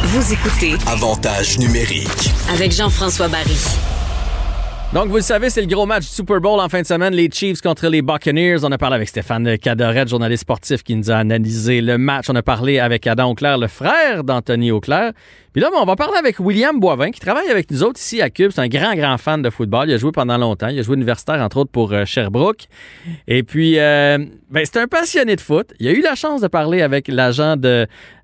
Vous écoutez Avantage numérique avec Jean-François Barry. Donc, vous le savez, c'est le gros match du Super Bowl en fin de semaine, les Chiefs contre les Buccaneers. On a parlé avec Stéphane Cadorette, journaliste sportif, qui nous a analysé le match. On a parlé avec Adam Auclair, le frère d'Anthony Auclair. Puis là, on va parler avec William Boivin, qui travaille avec nous autres ici à Cube. C'est un grand fan de football. Il a joué pendant longtemps. Il a joué universitaire, entre autres, pour Sherbrooke. Et puis, c'est un passionné de foot. Il a eu la chance de parler avec l'agent de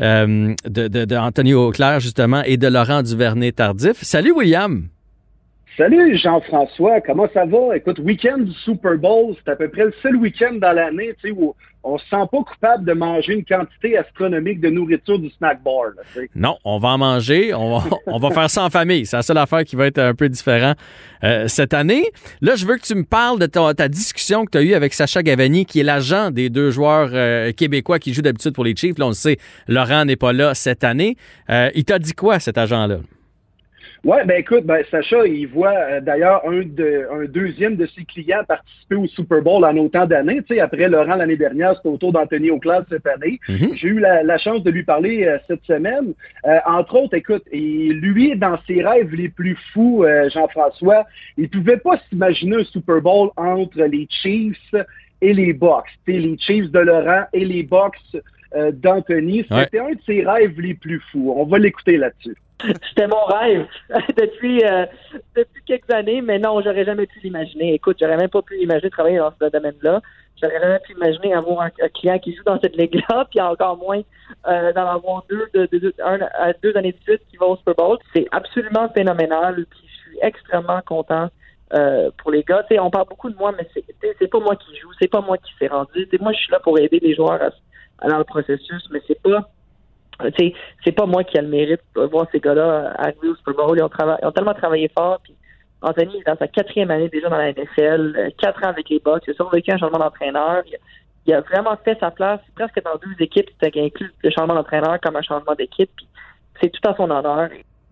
Anthony Auclair, justement, et de Laurent Duvernay-Tardif. Salut, William! Salut Jean-François, comment ça va? Écoute, week-end du Super Bowl, c'est à peu près le seul week-end dans l'année, tu sais, où on se sent pas coupable de manger une quantité astronomique de nourriture du snack bar. Là, tu sais. Non, on va en manger, on va faire ça en famille. C'est la seule affaire qui va être un peu différent cette année. Là, je veux que tu me parles de ta discussion que tu as eue avec Sacha Gavani, qui est l'agent des deux joueurs québécois qui jouent d'habitude pour les Chiefs. Là, on le sait, Laurent n'est pas là cette année. Il t'a dit quoi, cet agent-là? Ouais, écoute, Sacha, il voit d'ailleurs un deuxième de ses clients participer au Super Bowl en autant d'années. Tu sais, après Laurent l'année dernière, c'était au tour d'Anthony Auclair cette année. Mm-hmm. J'ai eu la chance de lui parler cette semaine. Entre autres, écoute, et lui, dans ses rêves les plus fous, Jean-François, il pouvait pas s'imaginer un Super Bowl entre les Chiefs et les Bucks. Tu sais, les Chiefs de Laurent et les Bucks d'Anthony. C'était un de ses rêves les plus fous. On va l'écouter là-dessus. C'était mon rêve depuis quelques années, mais non, j'aurais jamais pu l'imaginer. Écoute, j'aurais même pas pu imaginer travailler dans ce domaine-là. J'aurais jamais pu imaginer avoir un client qui joue dans cette ligue-là, puis encore moins d'en avoir deux années de suite qui vont au Super Bowl. C'est absolument phénoménal, puis je suis extrêmement content pour les gars. T'sais, on parle beaucoup de moi, mais c'est pas moi qui joue, c'est pas moi qui s'est rendu. T'sais, moi, je suis là pour aider les joueurs dans le processus, mais c'est pas moi qui a le mérite de voir ces gars-là arriver au Super Bowl. Ils ont tellement travaillé fort. Puis Anthony est dans sa 4e année déjà dans la NFL, 4 ans avec les Bucks. Il a survécu un changement d'entraîneur. Il a vraiment fait sa place presque dans 2 équipes. C'était inclus le changement d'entraîneur comme un changement d'équipe. Puis c'est tout à son honneur.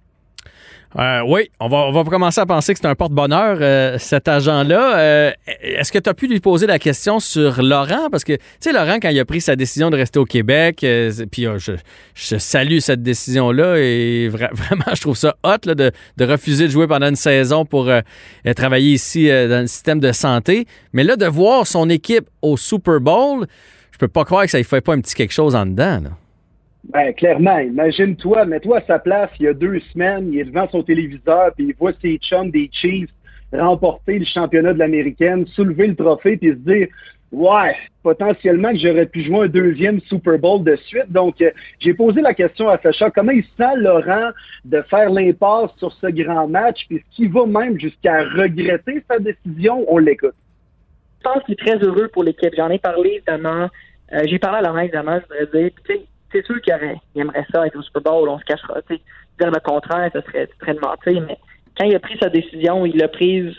Oui, on va commencer à penser que c'est un porte-bonheur, cet agent-là. Est-ce que tu as pu lui poser la question sur Laurent? Parce que, tu sais, Laurent, quand il a pris sa décision de rester au Québec, puis je salue cette décision-là et vraiment, je trouve ça hot là, de refuser de jouer pendant une saison pour travailler ici dans le système de santé. Mais là, de voir son équipe au Super Bowl, je peux pas croire que ça ne fait pas un petit quelque chose en dedans, là. Clairement, imagine-toi, mets-toi à sa place il y a 2 semaines, il est devant son téléviseur, puis il voit ses chums des Chiefs remporter le championnat de l'Américaine, soulever le trophée, puis se dire « Ouais, potentiellement que j'aurais pu jouer un 2e Super Bowl de suite. » Donc, j'ai posé la question à Sacha, comment il sent Laurent de faire l'impasse sur ce grand match, puis est-ce qu'il va même jusqu'à regretter sa décision? On l'écoute. Je pense qu'il est très heureux pour l'équipe. J'en ai parlé évidemment. J'ai parlé à Laurent évidemment, je voudrais dire, tu sais, c'est sûr qu'il aimerait ça être au Super Bowl, on se cachera. Dire le contraire, ça serait de mentir, mais quand il a pris sa décision, il l'a prise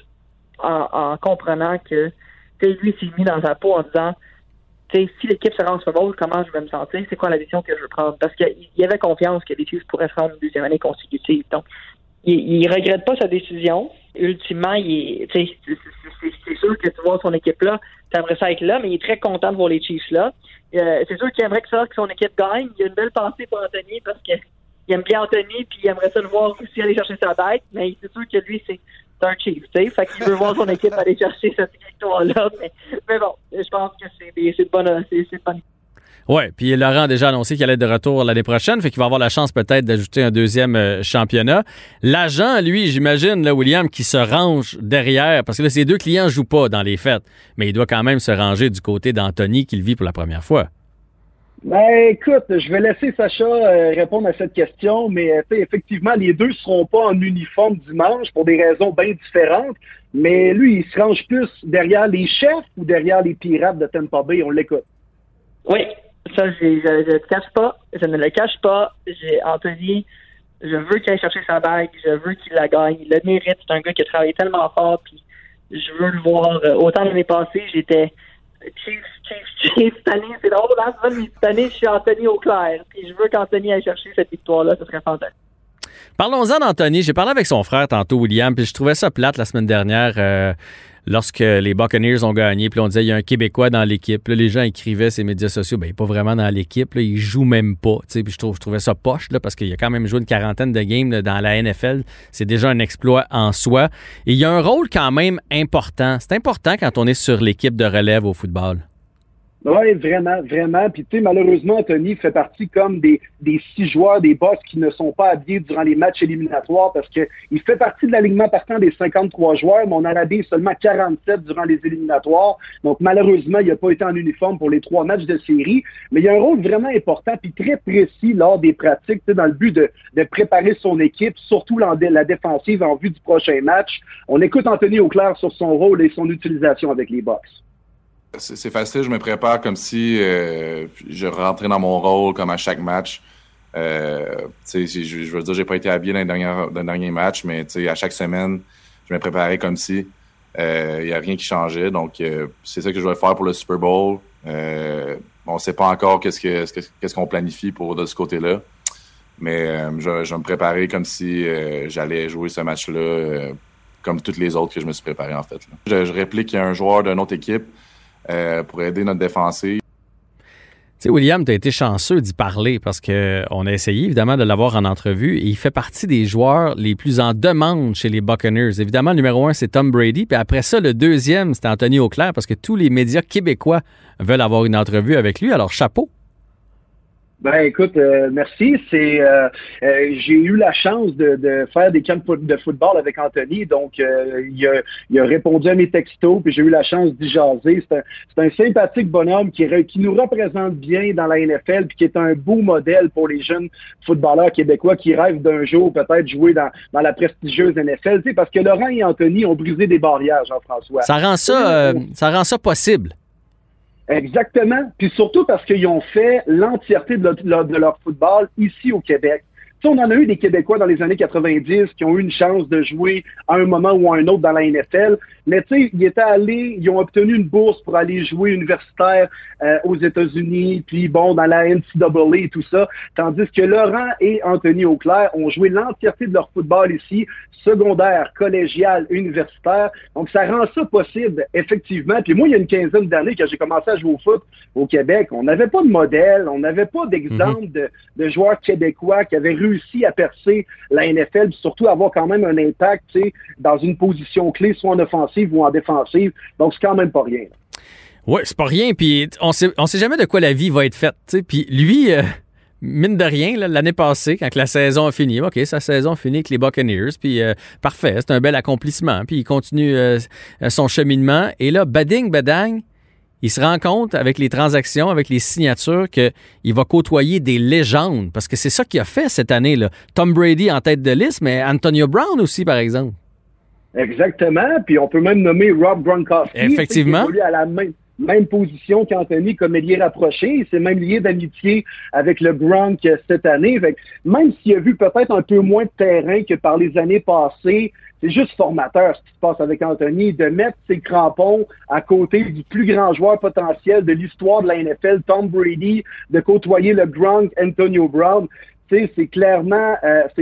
en comprenant que lui s'est mis dans sa peau en disant si l'équipe se rend au Super Bowl, comment je vais me sentir, c'est quoi la décision que je veux prendre? Parce qu'il avait confiance que les Chiefs pourraient se rendre une 2e année consécutive. Donc, il regrette pas sa décision. Ultimement, c'est sûr que tu vois son équipe-là, tu aimerais ça être là, mais il est très content de voir les Chiefs là. C'est sûr qu'il aimerait que son équipe gagne. Il y a une belle pensée pour Anthony parce qu'il aime bien Anthony puis il aimerait ça le voir aussi aller chercher sa bague, mais c'est sûr que lui, c'est un Chief, tu sais. Fait qu'il veut voir son équipe aller chercher cette victoire-là. Mais bon, je pense que c'est de bonne. Oui, puis Laurent a déjà annoncé qu'il allait être de retour l'année prochaine, fait qu'il va avoir la chance peut-être d'ajouter un 2e championnat. L'agent, lui, j'imagine, là, William, qui se range derrière, parce que là, ses 2 clients ne jouent pas dans les fêtes, mais il doit quand même se ranger du côté d'Anthony qui le vit pour la première fois. Écoute, je vais laisser Sacha répondre à cette question, mais effectivement, les 2 ne seront pas en uniforme dimanche pour des raisons bien différentes, mais lui, il se range plus derrière les chefs ou derrière les pirates de Tampa Bay, on l'écoute. Oui. Ça, je ne le cache pas. Je ne le cache pas. Anthony, je veux qu'il aille chercher sa bague. Je veux qu'il la gagne. Il le mérite. C'est un gars qui a travaillé tellement fort. Puis je veux le voir. Autant l'année passée, j'étais Chief. Cette année, c'est drôle, hein? Cette année, je suis Anthony Auclair. Puis je veux qu'Anthony aille chercher cette victoire-là. Ce serait fantastique. Parlons-en d'Anthony. J'ai parlé avec son frère tantôt, William, puis je trouvais ça plate la semaine dernière lorsque les Buccaneers ont gagné, puis on disait il y a un Québécois dans l'équipe. Là, les gens écrivaient sur les médias sociaux, il n'est pas vraiment dans l'équipe, là, il joue même pas. Puis je trouvais ça poche là, parce qu'il a quand même joué une quarantaine de games là, dans la NFL. C'est déjà un exploit en soi. Et il y a un rôle quand même important. C'est important quand on est sur l'équipe de relève au football. Oui, vraiment, vraiment. Puis, tu sais, malheureusement, Anthony fait partie comme des 6 joueurs des Bucs qui ne sont pas habillés durant les matchs éliminatoires parce que il fait partie de l'alignement partant des 53 joueurs, mais on en a habillé seulement 47 durant les éliminatoires. Donc, malheureusement, il n'a pas été en uniforme pour les 3 matchs de série. Mais il y a un rôle vraiment important puis très précis lors des pratiques, dans le but de préparer son équipe, surtout la défensive en vue du prochain match. On écoute Anthony Auclair sur son rôle et son utilisation avec les Bucs. C'est facile, je me prépare comme si je rentrais dans mon rôle comme à chaque match. Je veux dire, j'ai pas été habillé dans le dernier match, mais à chaque semaine, je me préparais comme si il n'y a rien qui changeait. Donc, c'est ça que je vais faire pour le Super Bowl. On ne sait pas encore qu'est-ce qu'on planifie de ce côté-là. Mais je vais me préparer comme si j'allais jouer ce match-là comme toutes les autres que je me suis préparé, en fait. Là. Je réplique qu'il y a un joueur d'une autre équipe pour aider notre défensive. Tu sais, William, tu as été chanceux d'y parler parce qu'on a essayé évidemment de l'avoir en entrevue et il fait partie des joueurs les plus en demande chez les Buccaneers. Évidemment, le numéro 1, c'est Tom Brady. Puis après ça, le deuxième, c'était Anthony Auclair parce que tous les médias québécois veulent avoir une entrevue avec lui. Alors, chapeau. Ben écoute, merci. J'ai eu la chance de faire des camps de football avec Anthony, donc il a répondu à mes textos, puis j'ai eu la chance d'y jaser. C'est un sympathique bonhomme qui nous représente bien dans la NFL, puis qui est un beau modèle pour les jeunes footballeurs québécois qui rêvent d'un jour peut-être jouer dans la prestigieuse NFL. Tu sais, parce que Laurent et Anthony ont brisé des barrières, Jean-François. Ça rend ça possible. Exactement. Puis surtout parce qu'ils ont fait l'entièreté de leur football ici au Québec. Tu sais, on en a eu des Québécois dans les années 90 qui ont eu une chance de jouer à un moment ou à un autre dans la NFL. Mais tu sais, ils ont obtenu une bourse pour aller jouer universitaire aux États-Unis, puis bon, dans la NCAA et tout ça. Tandis que Laurent et Anthony Auclair ont joué l'entièreté de leur football ici, secondaire, collégial, universitaire. Donc, ça rend ça possible, effectivement. Puis moi, il y a une quinzaine d'années que j'ai commencé à jouer au foot au Québec, on n'avait pas de modèle, on n'avait pas d'exemple de joueurs québécois qui avaient réussi à percer la NFL, puis surtout avoir quand même un impact, tu sais, dans une position clé, soit en offensive ou en défensive. Donc, c'est quand même pas rien. Oui, c'est pas rien. Puis on sait jamais de quoi la vie va être faite. T'sais. Puis lui, mine de rien, là, l'année passée, quand la saison a fini, OK, sa saison a fini avec les Buccaneers, puis parfait, c'est un bel accomplissement. Puis il continue son cheminement. Et là, badang, il se rend compte avec les transactions, avec les signatures, qu'il va côtoyer des légendes. Parce que c'est ça qu'il a fait cette année, là. Tom Brady en tête de liste, mais Antonio Brown aussi, par exemple. Exactement. Puis on peut même nommer Rob Gronkowski. Effectivement. Qui évolue à la même position qu'Anthony comme ailier rapproché. Il s'est même lié d'amitié avec le Gronk cette année. Fait que même s'il a vu peut-être un peu moins de terrain que par les années passées, c'est juste formateur ce qui se passe avec Anthony, de mettre ses crampons à côté du plus grand joueur potentiel de l'histoire de la NFL, Tom Brady, de côtoyer le Gronk, Antonio Brown. C'est clairement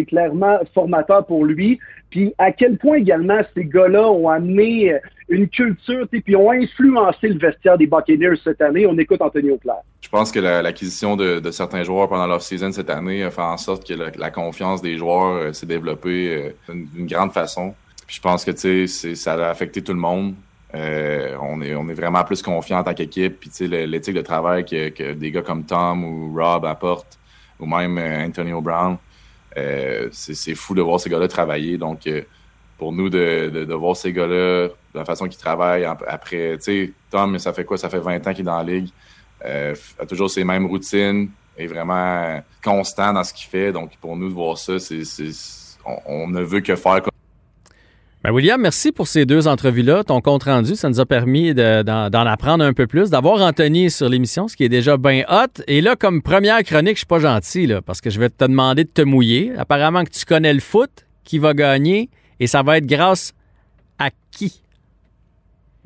formateur pour lui. Puis à quel point également ces gars-là ont amené une culture, puis ont influencé le vestiaire des Buccaneers cette année. On écoute Anthony Auclair. Je pense que l'acquisition de certains joueurs pendant l'off-season cette année a fait en sorte que la confiance des joueurs s'est développée d'une grande façon. Puis je pense que ça a affecté tout le monde. On est vraiment plus confiants en tant qu'équipe. Puis l'éthique de travail que des gars comme Tom ou Rob apportent, ou même Antonio Brown, c'est fou de voir ces gars-là travailler. Donc, pour nous, de voir ces gars-là, de la façon qu'ils travaillent après, tu sais, Tom, ça fait quoi? Ça fait 20 ans qu'il est dans la ligue. A toujours ses mêmes routines, est vraiment constant dans ce qu'il fait. Donc, pour nous, de voir ça, on ne veut que faire comme. Ben William, merci pour ces 2 entrevues-là. Ton compte-rendu, ça nous a permis d'en apprendre un peu plus, d'avoir Anthony sur l'émission, ce qui est déjà bien hot. Et là, comme première chronique, je suis pas gentil, là, parce que je vais te demander de te mouiller. Apparemment que tu connais le foot, qui va gagner, et ça va être grâce à qui?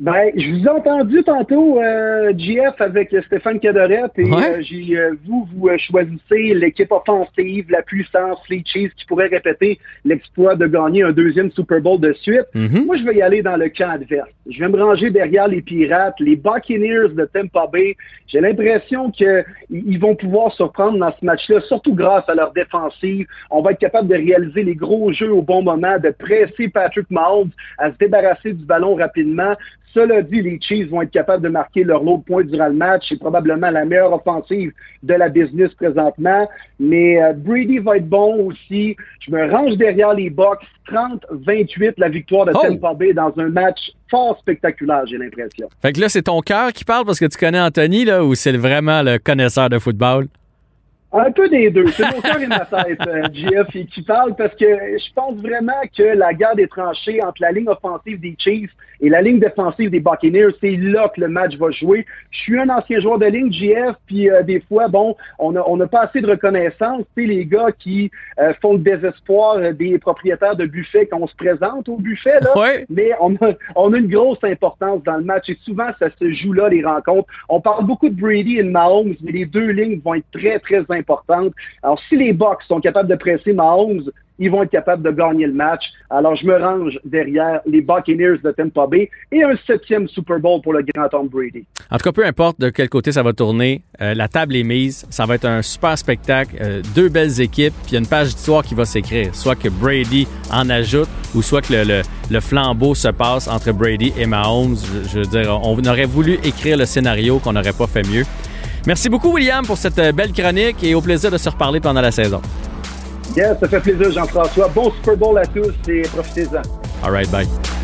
Ben, je vous ai entendu tantôt, GF, avec Stéphane Cadorette, et vous choisissez l'équipe offensive, la puissance, les Chiefs qui pourraient répéter l'exploit de gagner un deuxième Super Bowl de suite. Moi, je vais y aller dans le camp adverse. Je vais me ranger derrière les Pirates, les Buccaneers de Tampa Bay. J'ai l'impression qu'ils vont pouvoir surprendre dans ce match-là, surtout grâce à leur défensive. On va être capable de réaliser les gros jeux au bon moment, de presser Patrick Mahomes à se débarrasser du ballon rapidement. Cela dit, les Chiefs vont être capables de marquer leur lot de points durant le match. C'est probablement la meilleure offensive de la business présentement. Mais Brady va être bon aussi. Je me range derrière les Bucs. 30-28, la victoire de Tampa Bay dans un match fort spectaculaire, j'ai l'impression. Fait que là, c'est ton cœur qui parle parce que tu connais Anthony, là, ou c'est vraiment le connaisseur de football? Un peu des deux. C'est mon cœur et ma tête, GF, qui parle, parce que je pense vraiment que la guerre des tranchées entre la ligne offensive des Chiefs et la ligne défensive des Buccaneers, c'est là que le match va jouer. Je suis un ancien joueur de ligne, GF, puis des fois, bon, on n'a pas assez de reconnaissance. Tu sais, les gars qui font le désespoir des propriétaires de buffets quand on se présente au buffet, là. Ouais. Mais on a une grosse importance dans le match, et souvent, ça se joue là, les rencontres. On parle beaucoup de Brady et de Mahomes, mais les deux lignes vont être très, très importantes. Alors, si les Bucs sont capables de presser Mahomes, ils vont être capables de gagner le match. Alors, je me range derrière les Buccaneers de Tampa Bay et un 7e Super Bowl pour le grand Tom Brady. En tout cas, peu importe de quel côté ça va tourner, la table est mise. Ça va être un super spectacle. Deux belles équipes, puis il y a une page d'histoire qui va s'écrire. Soit que Brady en ajoute, ou soit que le flambeau se passe entre Brady et Mahomes. Je veux dire, on aurait voulu écrire le scénario qu'on n'aurait pas fait mieux. Merci beaucoup, William, pour cette belle chronique et au plaisir de se reparler pendant la saison. Yes, ça fait plaisir, Jean-François. Bon Super Bowl à tous et profitez-en. All right, bye.